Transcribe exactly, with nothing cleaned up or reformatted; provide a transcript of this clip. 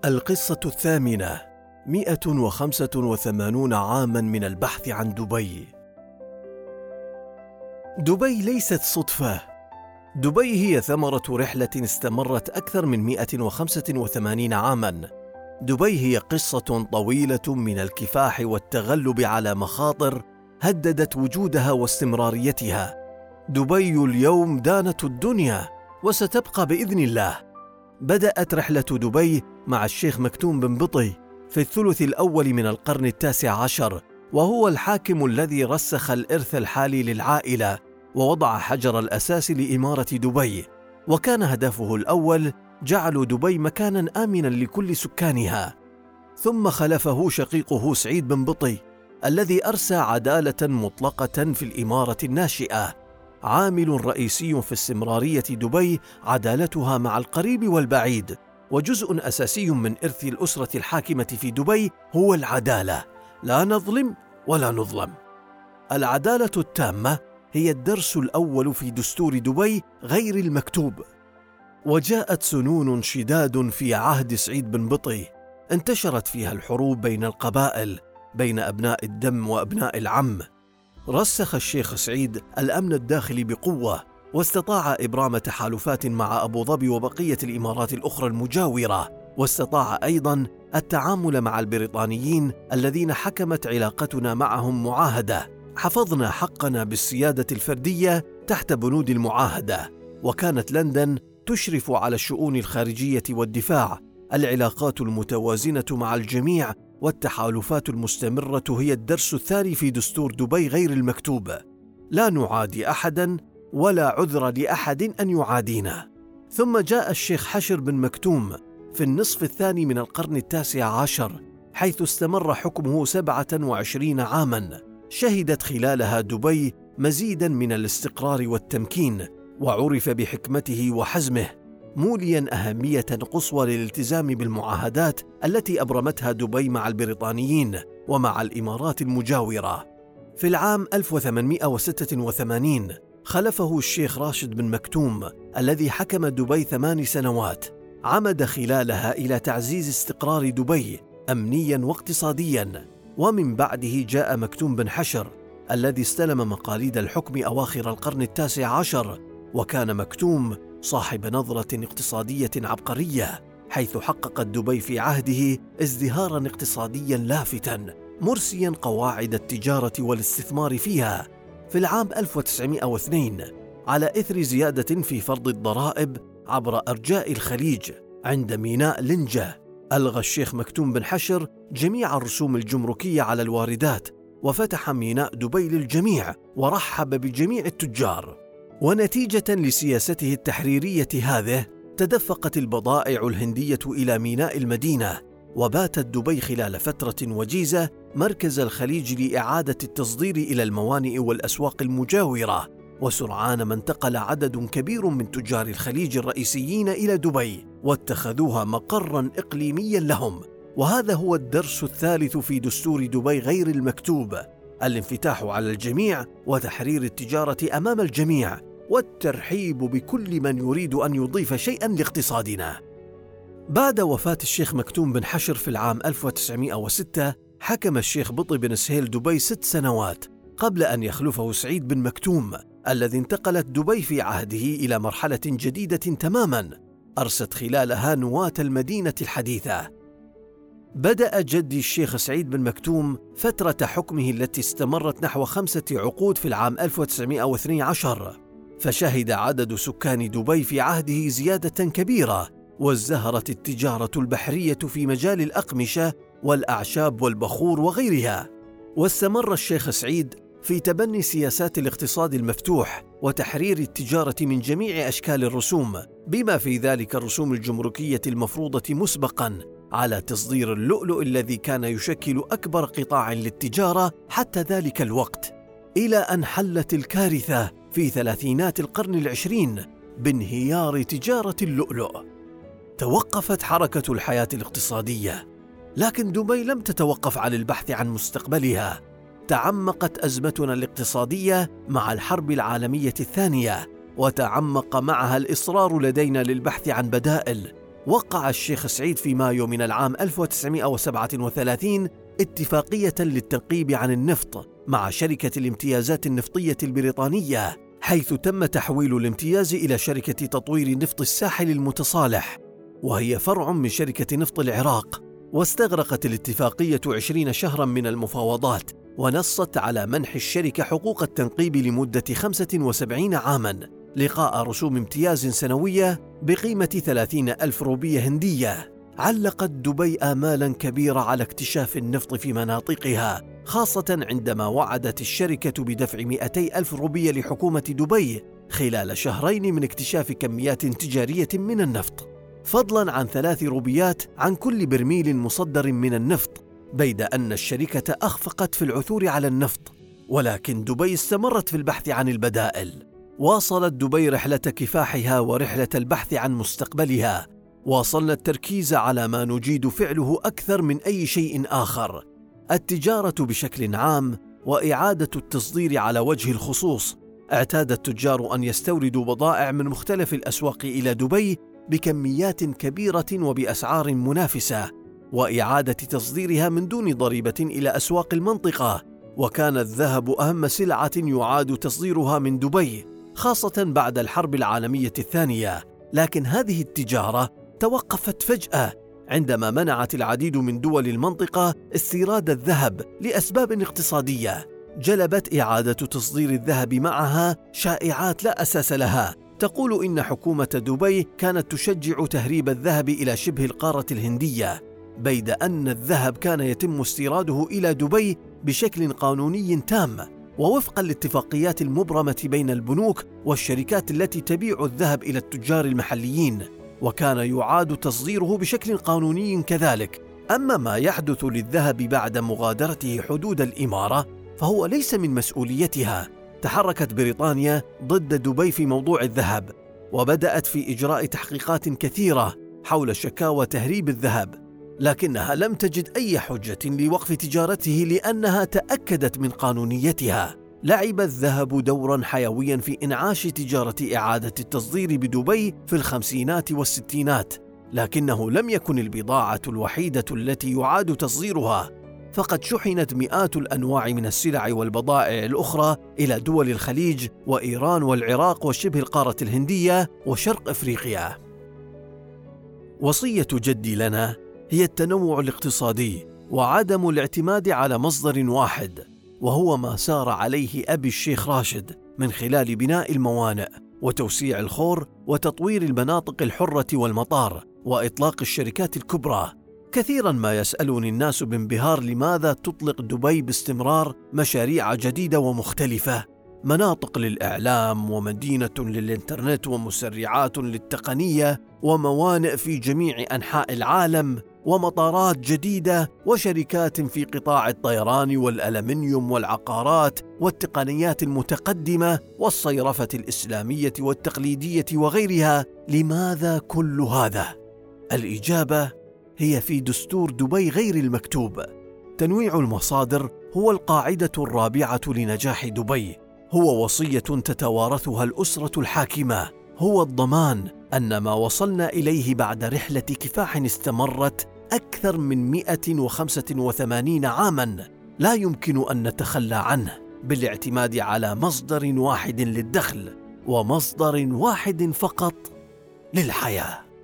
القصة الثامنة: مئة وخمسة وثمانون عاماً من البحث عن دبي. دبي ليست صدفة. دبي هي ثمرة رحلة استمرت أكثر من مئة وخمسة وثمانين عاماً. دبي هي قصة طويلة من الكفاح والتغلب على مخاطر هددت وجودها واستمراريتها. دبي اليوم دانة الدنيا وستبقى بإذن الله. بدأت رحلة دبي مع الشيخ مكتوم بن بطي في الثلث الأول من القرن التاسع عشر، وهو الحاكم الذي رسخ الإرث الحالي للعائلة ووضع حجر الأساس لإمارة دبي. وكان هدفه الأول جعل دبي مكاناً آمناً لكل سكانها. ثم خلفه شقيقه سعيد بن بطي الذي أرسى عدالة مطلقة في الإمارة الناشئة. عامل رئيسي في استمرارية دبي عدالتها مع القريب والبعيد، وجزء أساسي من إرث الأسرة الحاكمة في دبي هو العدالة. لا نظلم ولا نظلم. العدالة التامة هي الدرس الأول في دستور دبي غير المكتوب. وجاءت سنون شداد في عهد سعيد بن بطي، انتشرت فيها الحروب بين القبائل، بين أبناء الدم وأبناء العم. رسخ الشيخ سعيد الأمن الداخلي بقوة، واستطاع إبرام تحالفات مع أبو ظبي وبقية الإمارات الأخرى المجاورة، واستطاع أيضاً التعامل مع البريطانيين الذين حكمت علاقتنا معهم معاهدة. حفظنا حقنا بالسيادة الفردية تحت بنود المعاهدة، وكانت لندن تشرف على الشؤون الخارجية والدفاع. العلاقات المتوازنة مع الجميع والتحالفات المستمرة هي الدرس الثاني في دستور دبي غير المكتوب. لا نعادي أحداً ولا عذر لأحد أن يعادينا. ثم جاء الشيخ حشر بن مكتوم في النصف الثاني من القرن التاسع عشر، حيث استمر حكمه سبعة وعشرين عاماً، شهدت خلالها دبي مزيداً من الاستقرار والتمكين، وعرف بحكمته وحزمه، مولياً أهمية قصوى للالتزام بالمعاهدات التي أبرمتها دبي مع البريطانيين ومع الإمارات المجاورة. في العام ألف وثمانمئة وستة وثمانين خلفه الشيخ راشد بن مكتوم الذي حكم دبي ثمان سنوات، عمد خلالها إلى تعزيز استقرار دبي أمنياً واقتصادياً. ومن بعده جاء مكتوم بن حشر الذي استلم مقاليد الحكم أواخر القرن التاسع عشر، وكان مكتوم صاحب نظرة اقتصادية عبقرية، حيث حققت دبي في عهده ازدهاراً اقتصادياً لافتاً، مرسياً قواعد التجارة والاستثمار فيها. في العام ألف وتسعمئة واثنين، على إثر زيادة في فرض الضرائب عبر أرجاء الخليج عند ميناء لنجة، ألغى الشيخ مكتوم بن حشر جميع الرسوم الجمركية على الواردات، وفتح ميناء دبي للجميع، ورحب بجميع التجار. ونتيجة لسياسته التحريرية هذه، تدفقت البضائع الهندية إلى ميناء المدينة، وباتت دبي خلال فترة وجيزة مركز الخليج لإعادة التصدير إلى الموانئ والأسواق المجاورة. وسرعان ما انتقل عدد كبير من تجار الخليج الرئيسيين إلى دبي، واتخذوها مقراً إقليمياً لهم. وهذا هو الدرس الثالث في دستور دبي غير المكتوب: الانفتاح على الجميع، وتحرير التجارة أمام الجميع، والترحيب بكل من يريد أن يضيف شيئاً لاقتصادنا. بعد وفاة الشيخ مكتوم بن حشر في العام ألف وتسعمئة وستة، حكم الشيخ بطي بن سهيل دبي ست سنوات قبل أن يخلفه سعيد بن مكتوم، الذي انتقلت دبي في عهده إلى مرحلة جديدة تماماً، أرست خلالها نواة المدينة الحديثة. بدأ جدي الشيخ سعيد بن مكتوم فترة حكمه التي استمرت نحو خمسة عقود في العام ألف وتسعمئة واثني عشر، فشهد عدد سكان دبي في عهده زيادة كبيرة، وازدهرت التجارة البحرية في مجال الأقمشة والأعشاب والبخور وغيرها. واستمر الشيخ سعيد في تبني سياسات الاقتصاد المفتوح وتحرير التجارة من جميع أشكال الرسوم، بما في ذلك الرسوم الجمركية المفروضة مسبقاً على تصدير اللؤلؤ الذي كان يشكل أكبر قطاع للتجارة حتى ذلك الوقت، إلى أن حلت الكارثة في ثلاثينات القرن العشرين بانهيار تجارة اللؤلؤ. توقفت حركة الحياة الاقتصادية، لكن دبي لم تتوقف عن البحث عن مستقبلها. تعمقت أزمتنا الاقتصادية مع الحرب العالمية الثانية، وتعمق معها الإصرار لدينا للبحث عن بدائل. وقع الشيخ سعيد في مايو من العام ألف وتسعمائة وسبعة وثلاثين اتفاقية للتنقيب عن النفط مع شركة الامتيازات النفطية البريطانية، حيث تم تحويل الامتياز إلى شركة تطوير نفط الساحل المتصالح، وهي فرع من شركة نفط العراق. واستغرقت الاتفاقية عشرين شهراً من المفاوضات، ونصت على منح الشركة حقوق التنقيب لمدة خمسة وسبعين عاماً لقاء رسوم امتياز سنوية بقيمة ثلاثين ألف روبية هندية. علقت دبي آمالاً كبيرة على اكتشاف النفط في مناطقها، خاصة عندما وعدت الشركة بدفع مئتي ألف روبية لحكومة دبي خلال شهرين من اكتشاف كميات تجارية من النفط، فضلاً عن ثلاث روبيات عن كل برميل مصدر من النفط، بيد أن الشركة أخفقت في العثور على النفط. ولكن دبي استمرت في البحث عن البدائل. واصلت دبي رحلة كفاحها ورحلة البحث عن مستقبلها. واصلنا التركيز على ما نجيد فعله أكثر من أي شيء آخر: التجارة بشكل عام وإعادة التصدير على وجه الخصوص. اعتاد التجار أن يستوردوا بضائع من مختلف الأسواق إلى دبي بكميات كبيرة وبأسعار منافسة، وإعادة تصديرها من دون ضريبة إلى أسواق المنطقة. وكان الذهب أهم سلعة يعاد تصديرها من دبي، خاصة بعد الحرب العالمية الثانية. لكن هذه التجارة توقفت فجأة عندما منعت العديد من دول المنطقة استيراد الذهب لأسباب اقتصادية. جلبت إعادة تصدير الذهب معها شائعات لا أساس لها، تقول إن حكومة دبي كانت تشجع تهريب الذهب إلى شبه القارة الهندية، بيد أن الذهب كان يتم استيراده إلى دبي بشكل قانوني تام ووفقا لاتفاقيات المبرمة بين البنوك والشركات التي تبيع الذهب إلى التجار المحليين، وكان يعاد تصديره بشكل قانوني كذلك. أما ما يحدث للذهب بعد مغادرته حدود الإمارة فهو ليس من مسؤوليتها. تحركت بريطانيا ضد دبي في موضوع الذهب، وبدأت في إجراء تحقيقات كثيرة حول شكاوى تهريب الذهب، لكنها لم تجد أي حجة لوقف تجارته لأنها تأكدت من قانونيتها. لعب الذهب دورا حيويا في إنعاش تجارة إعادة التصدير بدبي في الخمسينات والستينات، لكنه لم يكن البضاعة الوحيدة التي يعاد تصديرها، فقد شحنت مئات الأنواع من السلع والبضائع الأخرى إلى دول الخليج وإيران والعراق وشبه القارة الهندية وشرق أفريقيا. وصية جدي لنا هي التنوع الاقتصادي وعدم الاعتماد على مصدر واحد، وهو ما سار عليه أبي الشيخ راشد من خلال بناء الموانئ وتوسيع الخور وتطوير المناطق الحرة والمطار وإطلاق الشركات الكبرى. كثيرا ما يسألني الناس بانبهار لماذا تطلق دبي باستمرار مشاريع جديدة ومختلفة، مناطق للإعلام ومدينة للإنترنت ومسرعات للتقنية وموانئ في جميع أنحاء العالم ومطارات جديدة وشركات في قطاع الطيران والألمنيوم والعقارات والتقنيات المتقدمة والصيرفة الإسلامية والتقليدية وغيرها. لماذا كل هذا؟ الإجابة هي في دستور دبي غير المكتوب. تنويع المصادر هو القاعدة الرابعة لنجاح دبي، هو وصية تتوارثها الأسرة الحاكمة، هو الضمان أن ما وصلنا إليه بعد رحلة كفاح استمرت أكثر من مئة وخمسة وثمانين عاماً لا يمكن أن نتخلى عنه بالاعتماد على مصدر واحد للدخل ومصدر واحد فقط للحياة.